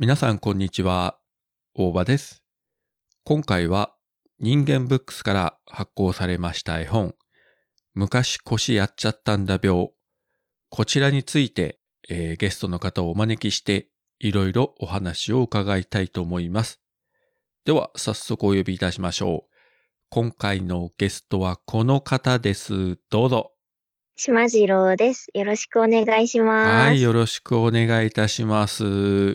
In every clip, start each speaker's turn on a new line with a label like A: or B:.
A: 皆さんこんにちは、大場です。今回は人間ブックスから発行されました絵本、昔腰やっちゃったんだ病。こちらについて、ゲストの方をお招きしていろいろお話を伺いたいと思います。では早速お呼びいたしましょう。今回のゲストはこの方です。どうぞ。
B: 島次郎です。よろしくお願いし
A: はい、
B: ます。
A: よろしくお願いいたします。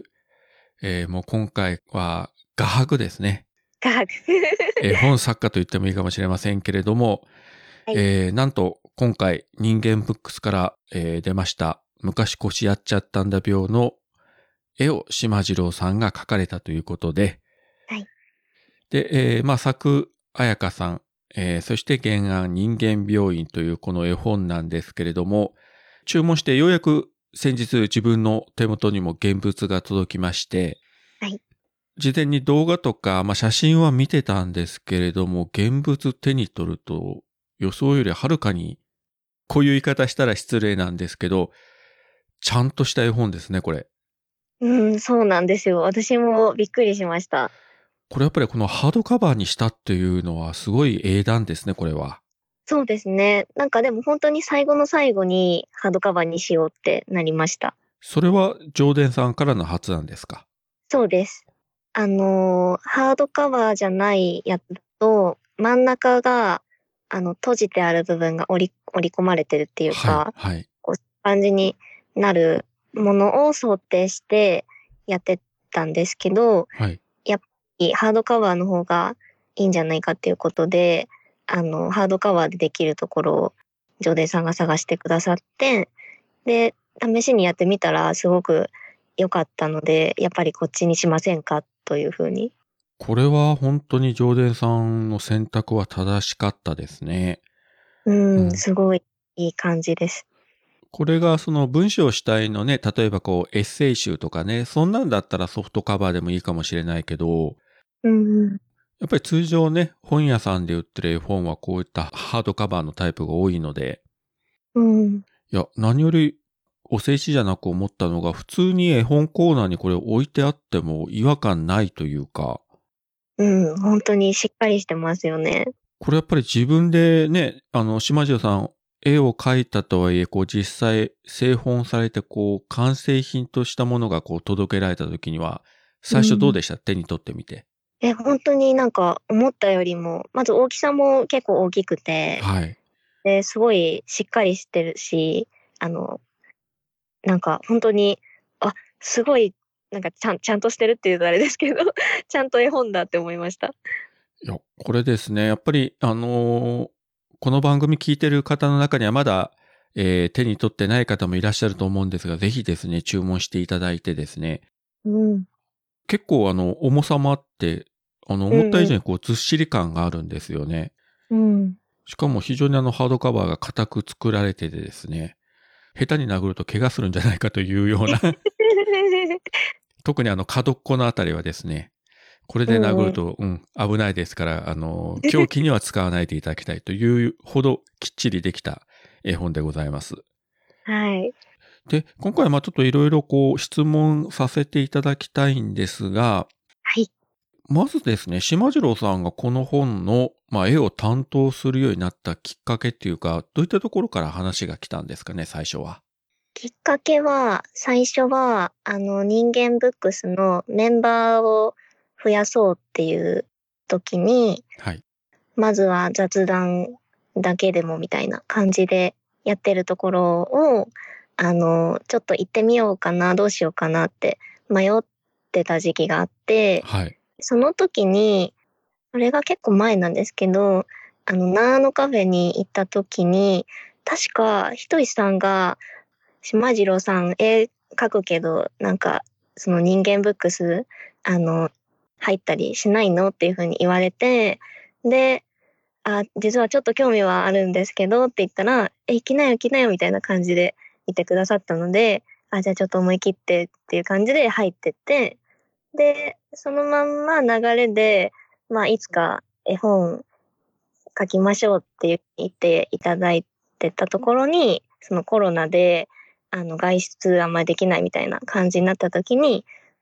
A: もう今回は画伯ですね。
B: 科学。
A: 絵本作家と言ってもいいかもしれませんけれども、
B: はい。
A: なんと今回人間ブックスから、出ました昔腰やっちゃったんだ病の絵を島次郎さんが描かれたということで、
B: はい。
A: で、作彩香さん、そして原案人間病院というこの絵本なんですけれども、注文してようやく先日自分の手元にも現物が届きまして、
B: はい。
A: 事前に動画とか、写真は見てたんですけれども、現物手に取ると予想よりはるかに、こういう言い方したら失礼なんですけど、ちゃんとした絵本ですね、これ。
B: そうなんですよ。私もびっくりしました。
A: これやっぱりこのハードカバーにしたっていうのはすごい英断ですね、これは。
B: そうですね。なんかでも本当に最後の最後にハードカバーにしようってなりました。
A: それは上田さんからの発案ですか？
B: そうです。ハードカバーじゃないやつと、真ん中が、閉じてある部分が折り込まれてるっていう
A: はい、
B: か、
A: はい、
B: こう、感じになるものを想定してやってたんですけど、
A: はい。
B: やっぱりハードカバーの方がいいんじゃないかっていうことで、ハードカバーでできるところを上田さんが探してくださって、で、試しにやってみたらすごく良かったので、やっぱりこっちにしませんかというふうに。
A: これは本当に上田さんの選択は正しかったですね。うん。
B: すごいいい感じです。
A: これがその文章主体のね、例えばこうエッセイ集とかね、そんなんだったらソフトカバーでもいいかもしれないけど、
B: うんうん。
A: やっぱり通常ね、本屋さんで売ってる絵本はこういったハードカバーのタイプが多いので、
B: うん。
A: いや、何よりお世辞じゃなく思ったのが、普通に絵本コーナーにこれ置いてあっても違和感ないというか、
B: 本当にしっかりしてますよね。
A: これやっぱり自分でね、島地さん、絵を描いたとはいえ、こう実際製本されて、こう完成品としたものがこう届けられた時には、最初どう
B: うん。
A: でした？手に取ってみて。
B: 本当になんか思ったよりも、まず大きさも結構大きくて、
A: はい。
B: で、すごいしっかりしてるし、あの、なんか本当に、あ、すごい、なんかちゃんとしてるっていうとあれですけど、ちゃんと絵本だって思いました。
A: いや、これですね、やっぱり、この番組聞いてる方の中にはまだ、手に取ってない方もいらっしゃると思うんですが、ぜひですね、注文していただいてですね、
B: うん。
A: 結構重さもあって、思った以
B: うんうん。
A: 上にこうずっしり感があるんですよね。
B: うん。
A: しかも非常にハードカバーが硬く作られててですね、下手に殴ると怪我するんじゃないかというような特に角っこのあたりはですね、これで
B: うんうん。
A: 殴ると、危ないですから、凶器には使わないでいただきたいというほどきっちりできた絵本でございます。
B: はい。
A: で、今回はちょっといろいろこう質問させていただきたいんですが、
B: はい。
A: まずですね、島次郎さんがこの本の、絵を担当するようになったきっかけっていうか、どういったところから話が来たんですかね、最初は。
B: きっかけは、最初は、人間ブックスのメンバーを増やそうっていう時に、
A: はい。
B: まずは雑談だけでもみたいな感じでやってるところを、ちょっと行ってみようかな、どうしようかなって迷ってた時期があって、
A: はい。
B: その時に、それが結構前なんですけど、長野カフェに行った時に、確かひとしさんが、島次郎さん絵描くけど、なんか、その人間ブックス、あの、入ったりしないのっていう風に言われて、で、実はちょっと興味はあるんですけどって言ったら、行きなよ行きなよみたいな感じで言ってくださったので、じゃあちょっと思い切ってっていう感じで入ってって、で、そのまんま流れで、いつか絵本書きましょうって言っていただいてたところに、そのコロナで、外出あんまりできないみたいな感じになった時に、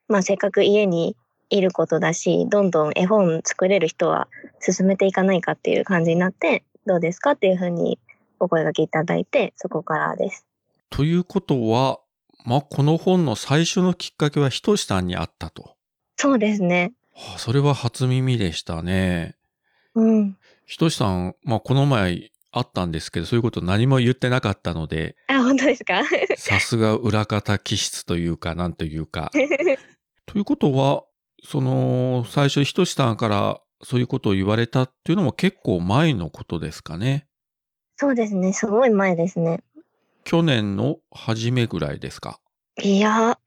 B: せっかく家にいることだし、どんどん絵本作れる人は進めていかないかっていう感じになって、どうですかっていうふうにお声掛けいただいて、そこからです。
A: ということは、この本の最初のきっかけはひとしさんにあったと。
B: そうですね。
A: それは初耳でしたね。
B: うん。
A: ひとしさん、この前あったんですけど、そういうこと何も言ってなかったので、
B: 本当ですか？
A: さすが裏方気質というか、なんというか。ということは、最初ひとしさんからそういうことを言われたっていうのも結構前のことですかね。
B: そうですね。すごい前ですね。
A: 去年の初めぐらいですか。
B: いや、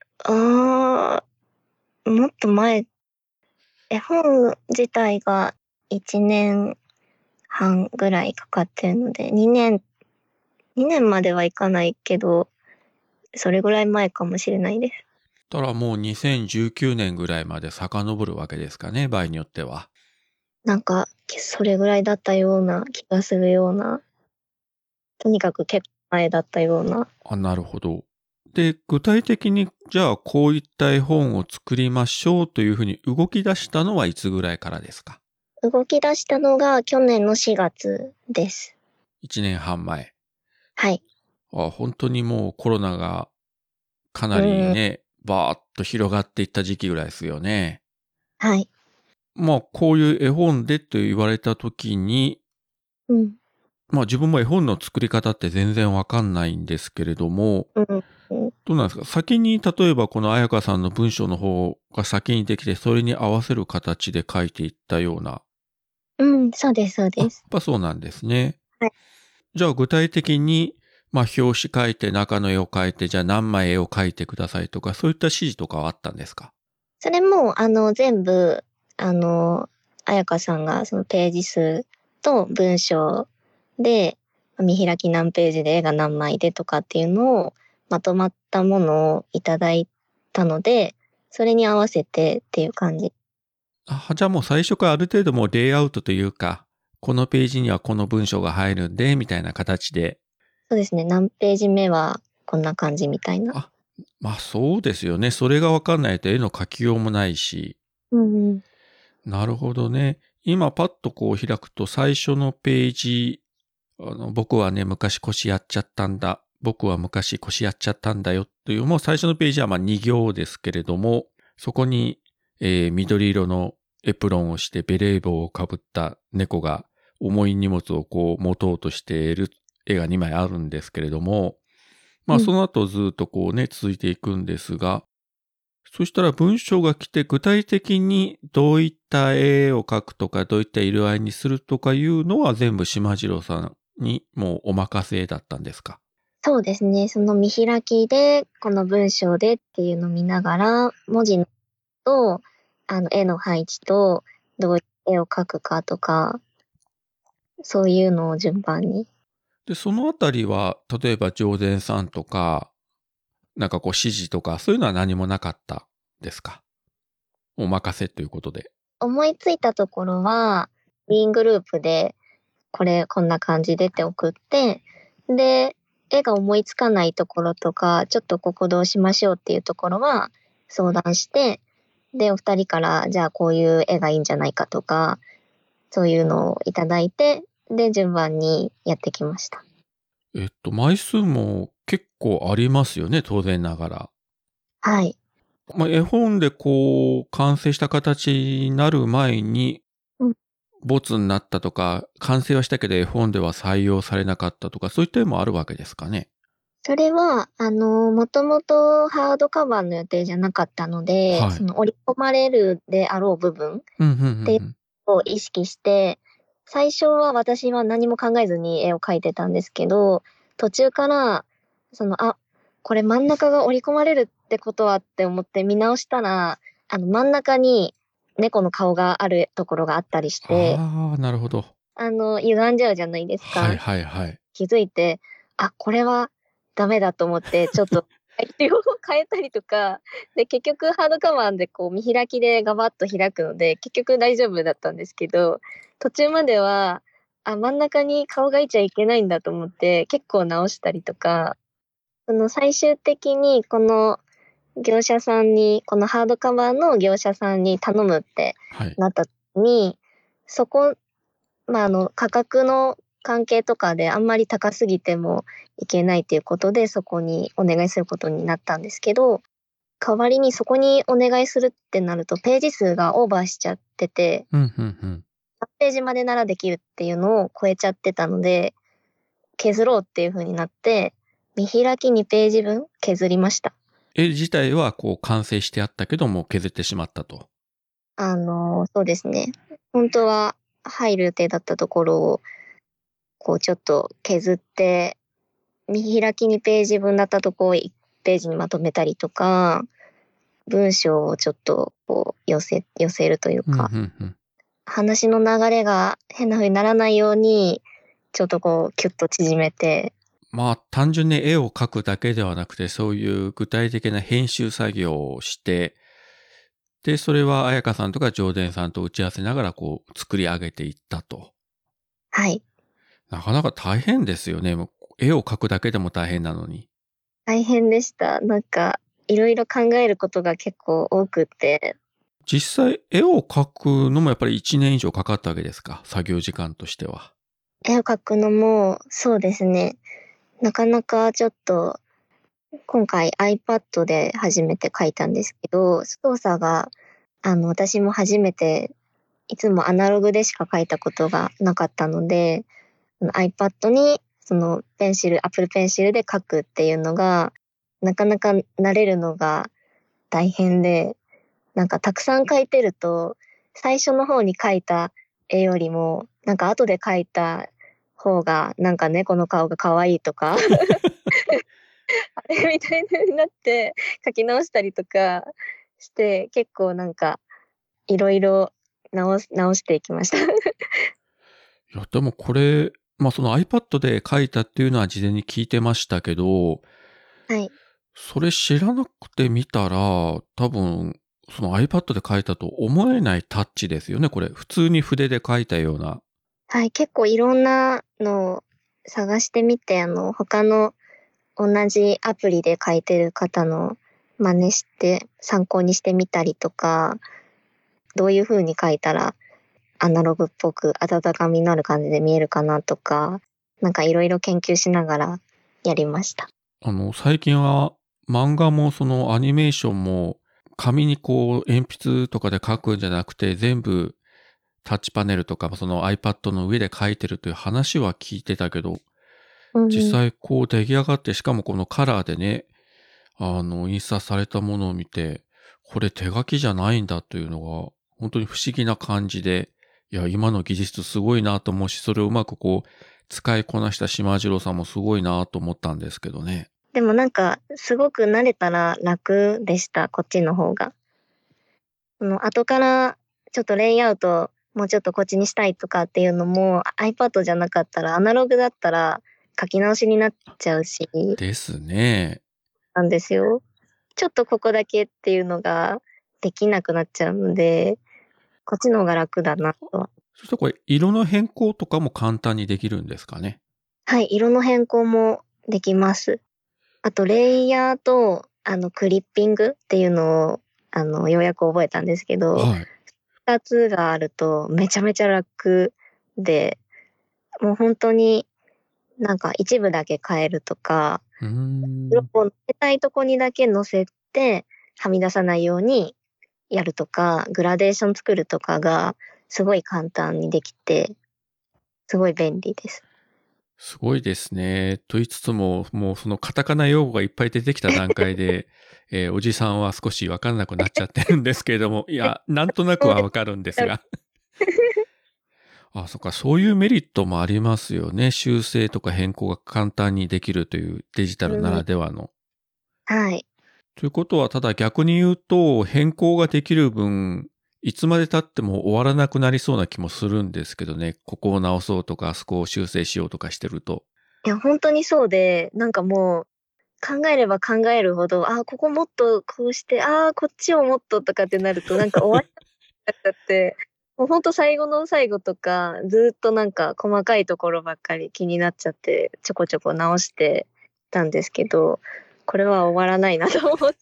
B: もっと前、絵本自体が1年半ぐらいかかってるので、2年まではいかないけど、それぐらい前かもしれないです。
A: たらもう2019年ぐらいまで遡るわけですかね、場合によっては。
B: なんか、それぐらいだったような気がするような、とにかく結構前だったような。
A: なるほど。で、具体的に、じゃあこういった絵本を作りましょうというふうに動き出したのはいつぐらいからですか？
B: 動き出したのが去年の4月です。
A: 1年半前。
B: はい。
A: 本当にもうコロナがかなり
B: うん。
A: ね、バーッと広がっていった時期ぐらいですよね。
B: はい。
A: こういう絵本でと言われた時に、
B: うん。
A: 自分も絵本の作り方って全然わかんないんですけれども、
B: うん。うん。
A: どうなんですか？先に例えばこの彩香さんの文章の方が先にできて、それに合わせる形で書いていったような。
B: うん、そうです、そう
A: やっ
B: です。
A: ぱそうなんですね。
B: はい。
A: じゃあ具体的に、表紙書いて中の絵を描いて、じゃあ何枚絵を描いてくださいとか、そういった指示とかはあったんですか？
B: それも、全部、彩香さんがそのページ数と文章で、見開き何ページで絵が何枚でとかっていうのをまとまったものをいただいたので、それに合わせてっていう感じ。
A: じゃあもう最初からある程度もうレイアウトというか、このページにはこの文章が入るんで、みたいな形で。
B: そうですね。何ページ目はこんな感じみたいな。
A: あ、そうですよね。それがわかんないと絵の描きようもないし。
B: うんうん。
A: なるほどね。今パッとこう開くと最初のページ、僕はね、昔腰やっちゃったんだ。僕は昔腰やっちゃったんだよという、もう最初のページは2行ですけれども、そこに、緑色のエプロンをしてベレー帽をかぶった猫が重い荷物をこう持とうとしている絵が2枚あるんですけれども、その後ずっとこうね、続いていくんですが、そしたら文章が来て具体的にどういった絵を描くとか、どういった色合いにするとかいうのは全部島次郎さんにもうお任せだったんですか？
B: そうですね。その見開きで、この文章でっていうのを見ながら、文字と、絵の配置と、どういう絵を描くかとか、そういうのを順番に。
A: で、そのあたりは、例えば上田さんとか、なんかこう指示とか、そういうのは何もなかったですか？お任せということで。
B: 思いついたところは、LINE グループで、こんな感じでって送って、で、絵が思いつかないところとか、ちょっとここどうしましょうっていうところは相談して、で、お二人から、じゃあこういう絵がいいんじゃないかとか、そういうのをいただいて、で、順番にやってきました。
A: 枚数も結構ありますよね、当然ながら。
B: はい。
A: 絵本でこう、完成した形になる前に、
B: うん。
A: ボツになったとか、完成はしたけど絵本では採用されなかったとか、そういった絵もあるわけですかね。
B: それは、もともとハードカバーの予定じゃなかったので、
A: はい。
B: その織り込まれるであろう部分
A: うん、うん、うん、
B: っていう
A: うん。
B: のを意識して、最初は私は何も考えずに絵を描いてたんですけど、途中から、これ真ん中が織り込まれるってことはって思って見直したら、真ん中に猫の顔があるところがあったりして、
A: なるほど。
B: 歪んじゃうじゃないです
A: はい、
B: か。
A: はい、はい。
B: 気づいて、これはダメだと思って、ちょっと配置を変えたりとか、で、結局ハードカバーでこう見開きでガバッと開くので、結局大丈夫だったんですけど、途中までは、真ん中に顔がいちゃいけないんだと思って、結構直したりとか、最終的にこの業者さんに、このハードカバーの業者さんに頼むって
A: はい。
B: なった時に、そこ、価格の関係とかであんまり高すぎてもいけないっていうことで、そこにお願いすることになったんですけど、代わりにそこにお願いするってなると、ページ数がオーバーしちゃってて、
A: うん、うん、うん。
B: 何ページまでならできるっていうのを超えちゃってたので、削ろうっていう風になって、見開き2ページ分削りました。
A: 絵自体はこう完成してあったけども削ってしまったと。
B: そうですね。本当は入る予定だったところを、こうちょっと削って、見開き2ページ分だったとこを1ページにまとめたりとか、文章をちょっとこう寄せるという
A: うん、う
B: か、
A: ん、うん。
B: 話の流れが変な風にならないように、ちょっとこうキュッと縮めて、
A: まあ単純に絵を描くだけではなくて、そういう具体的な編集作業をして、で、それは彩香さんとか上田さんと打ち合わせながらこう作り上げていったと。
B: はい。
A: なかなか大変ですよね。もう絵を描くだけでも大変なのに。
B: 大変でした。なんか、いろいろ考えることが結構多くて、
A: 実際絵を描くのもやっぱり1年以上かかったわけですか？作業時間としては。
B: 絵を描くのもそうですね、なかなかちょっと、今回 iPad で初めて描いたんですけど、操作が、私も初めて、いつもアナログでしか描いたことがなかったので、iPad にそのペンシル、Apple Pencil で描くっていうのが、なかなか慣れるのが大変で、なんかたくさん描いてると、最初の方に描いた絵よりも、なんか後で描いた方が、なんか猫の顔が可愛いとか、あれみたいになって描き直したりとかして、結構なんかいろいろ直していきました。
A: いや、でもこれ、まあその iPad で描いたっていうのは事前に聞いてましたけど、
B: はい。
A: それ知らなくて見たら、多分、その iPad で描いたと思えないタッチですよね、これ。普通に筆で描いたような。
B: はい、結構いろんなのを探してみて、他の同じアプリで描いてる方の真似して参考にしてみたりとか、どういう風に描いたらアナログっぽく温かみのある感じで見えるかなとか、なんかいろいろ研究しながらやりました。
A: 最近は漫画もそのアニメーションも紙にこう鉛筆とかで描くんじゃなくて全部タッチパネルとかその iPad の上で描いてるという話は聞いてたけど、
B: うんうん。
A: 実際こう出来上がってしかもこのカラーでね、印刷されたものを見て、これ手書きじゃないんだというのが本当に不思議な感じで、いや、今の技術すごいなと思うし、それをうまくこう使いこなした島次郎さんもすごいなと思ったんですけどね。
B: でもなんか、すごく慣れたら楽でした、こっちの方が。後からちょっとレイアウトもうちょっとこっちにしたいとかっていうのも iPad じゃなかったらアナログだったら書き直しになっちゃうし、
A: ですね。
B: なんですよ。ちょっとここだけっていうのができなくなっちゃうので、こっちの方が楽だなと。
A: そしてこれ色の変更とかも簡単にできるんですかね。
B: はい、色の変更もできます。あとレイヤーとクリッピングっていうのをようやく覚えたんですけど、
A: はい。
B: 2つがあるとめちゃめちゃ楽で、もう本当になんか一部だけ変えるとか、
A: うーん。
B: 色を乗せたいとこにだけ乗せて、はみ出さないようにやるとか、グラデーション作るとかがすごい簡単にできて、すごい便利です。
A: すごいですね。と言いつつも、もうそのカタカナ用語がいっぱい出てきた段階で、おじさんは少しわかんなくなっちゃってるんですけれども、いや、なんとなく
B: そうで
A: はわかるんです
B: す。
A: が。あ、そっか、そういうメリットもありますよね。修正とか変更が簡単にできるというデジタルな
B: うん、
A: らではの。
B: はい。
A: ということは、ただ逆に言うと、変更ができる分、いつまで経っても終わらなくなりそうな気もするんですけどね。ここを直そうとか、あそこを修正しようとかしてると。
B: いや、本当にそうで、なんかもう考えれば考えるほど、ああ、ここもっとこうして、ああ、こっちをもっととかってなると、なんか終わっちゃって、もうほんと最後の最後とか、ずっとなんか細かいところばっかり気になっちゃって、ちょこちょこ直してたんですけど、これは終わらないなと思って。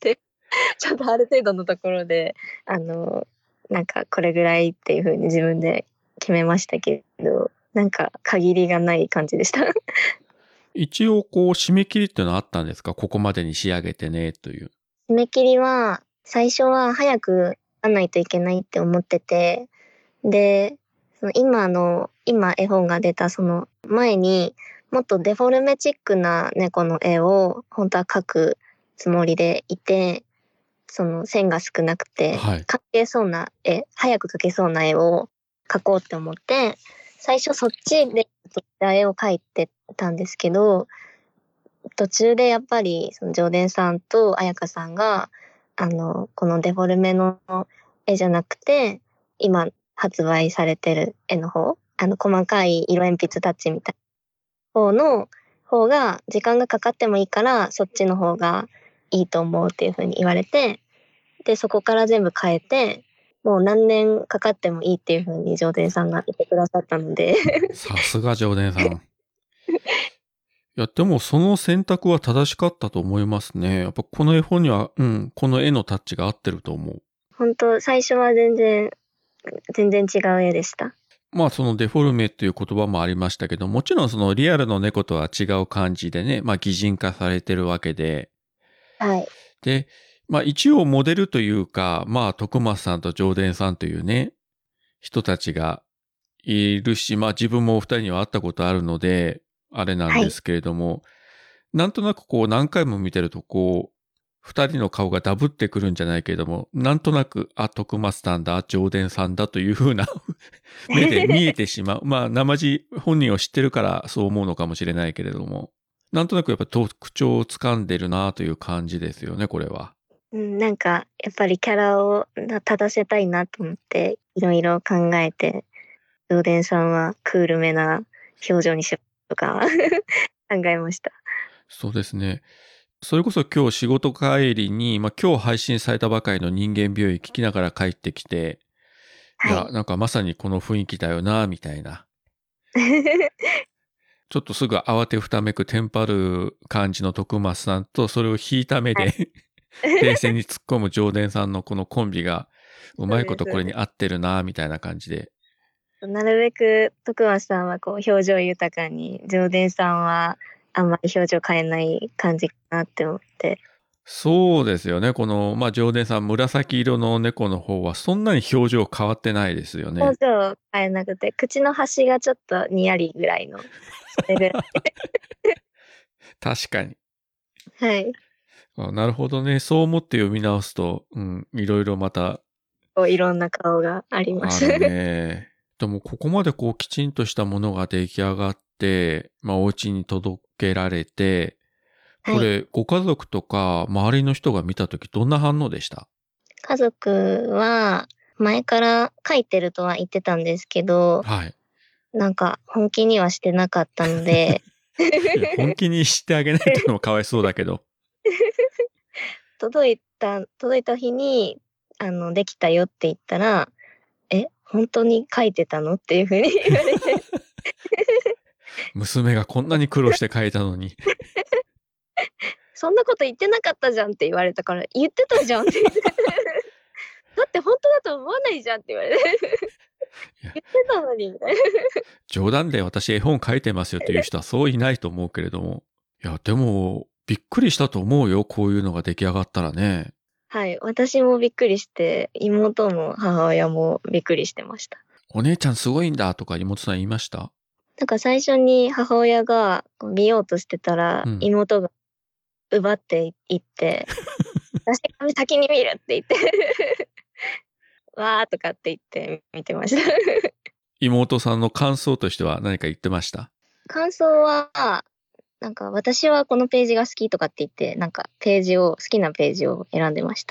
B: ちょっとある程度のところで、なんかこれぐらいっていう風に自分で決めましたけど、なんか限りがない感じでした。
A: 一応こう締め切りっていうのはあったんですか？ここまでに仕上げてねという。
B: 締め切りは、最初は早くやらないといけないって思ってて、で、その今絵本が出たその前にもっとデフォルメチックな猫の絵を本当は描くつもりでいて、その線が少なくて
A: はい。
B: 描けそうな絵、早く描けそうな絵を描こうって思って、最初そっちで絵を描いてたんですけど、途中でやっぱりその上田さんと彩香さんがこのデフォルメの絵じゃなくて今発売されてる絵の方、細かい色鉛筆タッチみたいな方が時間がかかってもいいからそっちの方がいいと思うっていう風に言われて、でそこから全部変えて、もう何年かかってもいいっていう風に上田さんが言ってくださったので
A: さすが上田さん。いや、でもその選択は正しかったと思いますね。やっぱこの絵本には、この絵のタッチが合ってると思う。
B: 本当最初は全然違う絵でした。
A: まあそのデフォルメっていう言葉もありましたけど、もちろんそのリアルの猫とは違う感じでね、まあ擬人化されてるわけで。
B: はい。
A: で、まあ一応モデルというか、まあ徳松さんと上田さんというね、人たちがいるし、まあ自分もお二人には会ったことあるので、あれなんですけれども、なんとなくこう何回も見てるとこう、二人の顔がダブってくるんじゃないけれども、なんとなく、徳松さんだ、上田さんだという風な目で見えてしまう。まあ、生地本人を知ってるからそう思うのかもしれないけれども、なんとなくやっぱ特徴をつかんでるなという感じですよね、これは。
B: なんかやっぱりキャラを立たせたいなと思っていろいろ考えて、上田さんはクールめな表情にしようとか考えました。
A: そうですね。それこそ今日仕事帰りに、まあ今日配信されたばかりの人間病院聞きながら帰ってきて、いや、
B: はい。
A: なんかまさにこの雰囲気だよな、みたいな。ちょっとすぐ慌てふためくテンパる感じの徳松さんと、それを引いた目で冷静に突っ込む上田さんのこのコンビが、うまいことこれに合ってるな、みたいな感じで。
B: なるべく徳松さんはこう表情豊かに、上田さんはあんまり表情変えない感じかなって思って。
A: そうですよね。この、まあ、上田さん、紫色の猫の方はそんなに表情変わってないですよね。
B: 表情変えなくて、口の端がちょっとにやりぐらいの。それぐらい。
A: 確かに。
B: はい。
A: なるほどね。そう思って読み直すと、いろいろまた
B: こういろんな顔があります。
A: あるね。でもここまでこうきちんとしたものが出来上がって、まあお家に届けられて、こ
B: はい。
A: れご家族とか周りの人が見たときどんな反応でした？
B: 家族は前から書いてるとは言ってたんですけど、
A: はい。
B: なんか本気にはしてなかったので、
A: いや、本気にしてあげないとのもかわいそうだけど。
B: 届いた日に、できたよって言ったら、本当に書いてたのっていう風に言われて、
A: 娘がこんなに苦労して書いたのに。
B: そんなこと言ってなかったじゃんって言われたから、言ってたじゃんって言って。だって本当だと思わないじゃんって言われて。
A: いや、
B: 言ってたのにみたいな。
A: 冗談で私絵本書いてますよという人はそういないと思うけれども。いや、でも、びっくりしたと思うよ。こういうのが出来上がったらね。
B: はい、私もびっくりして、妹も母親もびっくりしてました。
A: お姉ちゃんすごいんだとか妹さん言いました？
B: なんか最初に母親が見ようとしてたら、
A: うん。
B: 妹が奪っていって、私が先に見るって言って、わーとかって言って見てました。
A: 妹さんの感想としては何か言ってました？
B: 感想は、なんか私はこのページが好きとかって言って、なんか好きなページを選んでました。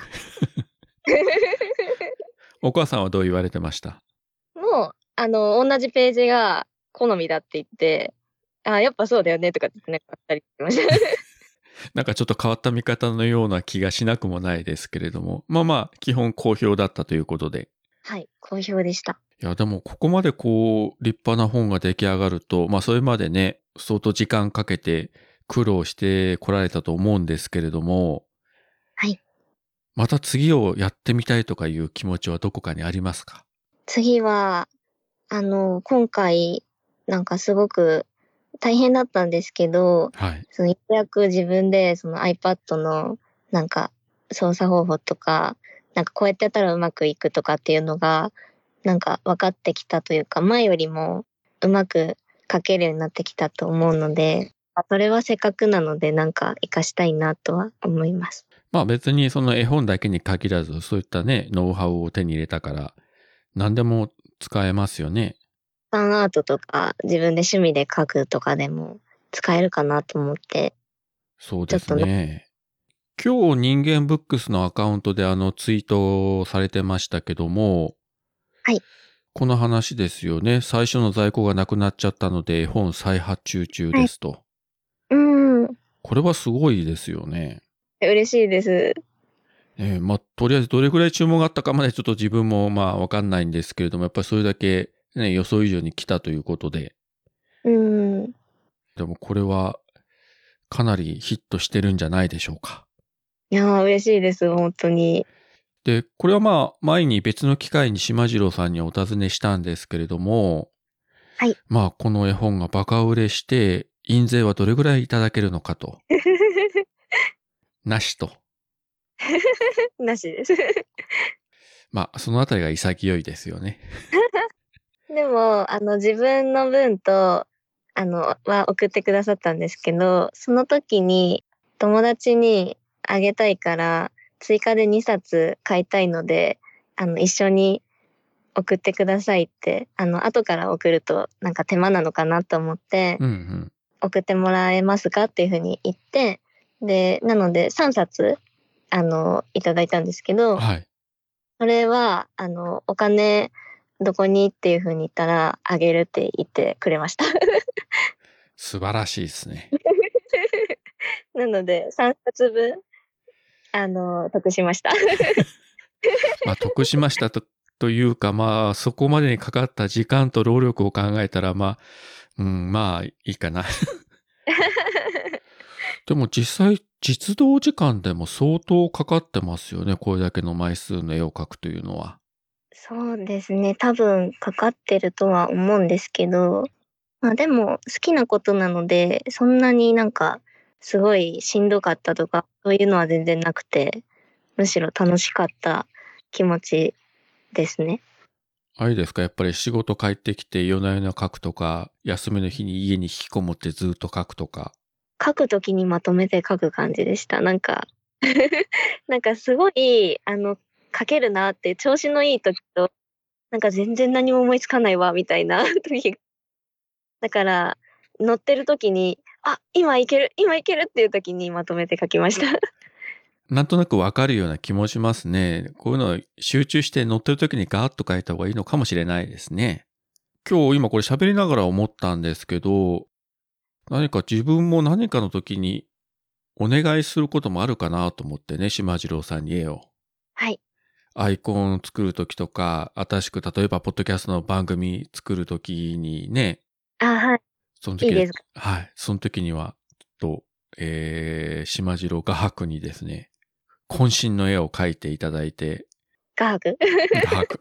A: お母さんはどう言われてました？
B: もう、同じページが好みだって言って、やっぱそうだよねとかって言ってなんかあったりしてました。
A: なんかちょっと変わった見方のような気がしなくもないですけれども。まあまあ、基本好評だったということで。
B: はい、好評でした。
A: いや、でもここまでこう、立派な本が出来上がると、まあそれまでね、相当時間かけて苦労してこられたと思うんですけれども、
B: はい。
A: また次をやってみたいとかいう気持ちはどこかにありますか？
B: 次は、今回、なんかすごく大変だったんですけど、
A: はい。
B: ようやく自分でその iPad のなんか操作方法とか、なんかこうやってやったらうまくいくとかっていうのが、なんか分かってきたというか、前よりもうまく書けるようになってきたと思うので、それはせっかくなのでなんか活かしたいなとは思います。
A: まあ別にその絵本だけに限らず、そういったね、ノウハウを手に入れたから、何でも使えますよね。
B: ファンアートとか自分で趣味で書くとかでも使えるかなと思って、
A: そうです
B: ちょっと
A: ね。今日人間ブックスのアカウントでツイートされてましたけども、
B: はい。
A: この話ですよね。最初の在庫がなくなっちゃったので絵本再発注中
B: はい。
A: ですと。
B: うーん。
A: これはすごいですよね。
B: 嬉しいです。
A: まあ、とりあえずどれくらい注文があったかまでちょっと自分もまあわかんないんですけれども、やっぱりそれだけね、予想以上に来たということで、
B: うーん。
A: でもこれはかなりヒットしてるんじゃないでしょうか。
B: いやー、嬉しいです、本当に。
A: で、これはまあ前に別の機会に島次郎さんにお尋ねしたんですけれども、
B: はい。
A: まあこの絵本がバカ売れして、印税はどれぐらいいただけるのかと。なしと。
B: なしです。
A: まあそのあたりが潔いですよね。
B: でも、自分の分と、は送ってくださったんですけど、その時に友達にあげたいから、追加で2冊買いたいので、一緒に送ってくださいって、後から送るとなんか手間なのかなと思って、
A: うんうん。
B: 送ってもらえますかっていう風に言って、で、なので3冊、いただいたんですけど、
A: はい。
B: それは、お金どこにっていう風に言ったら、あげるって言ってくれました。
A: 素晴らしいですね。
B: なので、3冊分、得しました。
A: まあ得しましたというか、まあそこまでにかかった時間と労力を考えたら、まあ、うん、まあいいかな。でも実際、実動時間でも相当かかってますよね。これだけの枚数の絵を描くというのは。
B: そうですね、多分かかってるとは思うんですけど、まあ、でも好きなことなので、そんなになんか、すごいしんどかったとか、そういうのは全然なくて、むしろ楽しかった気持ちですね。
A: あれですか、やっぱり仕事帰ってきて夜な夜な書くとか、休みの日に家に引きこもってずっと書くとか。
B: 書くときにまとめて書く感じでした。なんかなんかすごい、書けるなって調子のいい時と、なんか全然何も思いつかないわみたいな時、だから、乗ってる時に、あ、今いける、今いけるっていう時にまとめて書きました。
A: なんとなくわかるような気もしますね。こういうのを集中して乗ってる時にガーッと書いた方がいいのかもしれないですね。今日今これ喋りながら思ったんですけど、何か自分も何かの時にお願いすることもあるかなと思ってね、島次郎さんに絵を。
B: はい。
A: アイコンを作る時とか、新しく例えばポッドキャストの番組作る時にね、
B: あ、はい。
A: その時は、
B: いいですか？
A: はい、その時には、と、島次郎画伯にですね、渾身の絵を描いていただいて、
B: 画伯？
A: 画伯。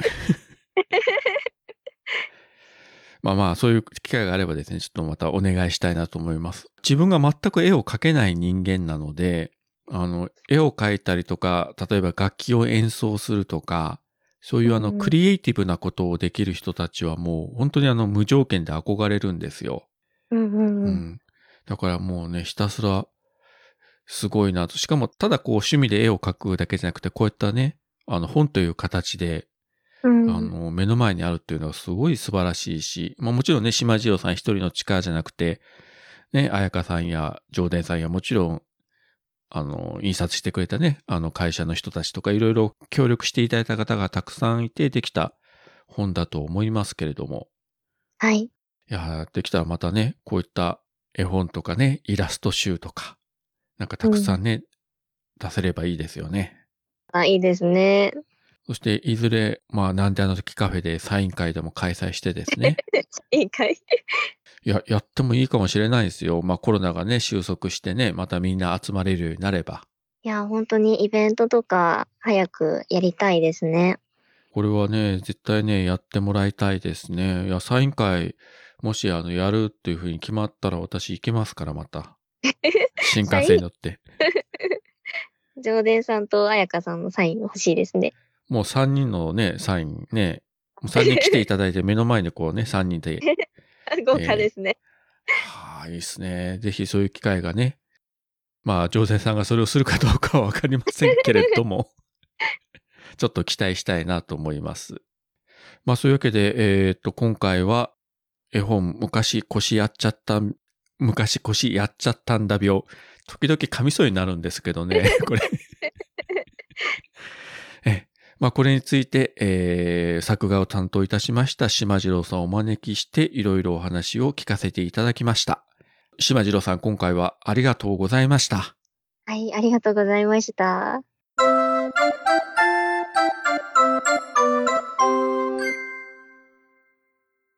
A: まあまあ、そういう機会があればですね、ちょっとまたお願いしたいなと思います。自分が全く絵を描けない人間なので、絵を描いたりとか、例えば楽器を演奏するとか、そういう
B: うんうん。
A: クリエイティブなことをできる人たちはもう本当に無条件で憧れるんですよ。
B: うんうんうん。
A: うん。だからもうね、ひたすらすごいなと。しかもただこう趣味で絵を描くだけじゃなくて、こういったね、本という形で
B: うん。
A: 目の前にあるっていうのはすごい素晴らしいし、まあもちろんね、島次郎さん一人の力じゃなくて、ね、彩香さんや上田さんやもちろん、印刷してくれたね、会社の人たちとかいろいろ協力していただいた方がたくさんいてできた本だと思いますけれども、
B: はい。
A: いやー、できたらまたね、こういった絵本とかね、イラスト集とか、なんかたくさ
B: うん。
A: んね、出せればいいですよね。
B: あ、いいですね。
A: そして、いずれ、まあ、なんであの時カフェでサイン会でも開催してですね、
B: いいかい？
A: やってもいいかもしれないですよ。まあコロナがね、収束してね、またみんな集まれるようになれば。
B: いや、本当にイベントとか早くやりたいですね。
A: これはね、絶対ね、やってもらいたいですね。いや、サイン会、もしやるっていう風に決まったら私行けますから、また。新幹線に乗って。
B: 上田さんと彩香さんのサイン欲しいですね。
A: もう3人のね、サインね、もう3人来ていただいて目の前でこうね、3人で。
B: 豪華ですね。
A: はあ、いいですね。ぜひそういう機会がね、まあ、上田さんがそれをするかどうかはわかりませんけれども、ちょっと期待したいなと思います。まあ、そういうわけで、今回は絵本、昔腰やっちゃったんだ病。時々噛みそうになるんですけどね、これ。まあ、これについて、作画を担当いたしました島次郎さんをお招きしていろいろお話を聞かせていただきました。島次郎さん、今回はありがとうございました。
B: はい、ありがとうございました。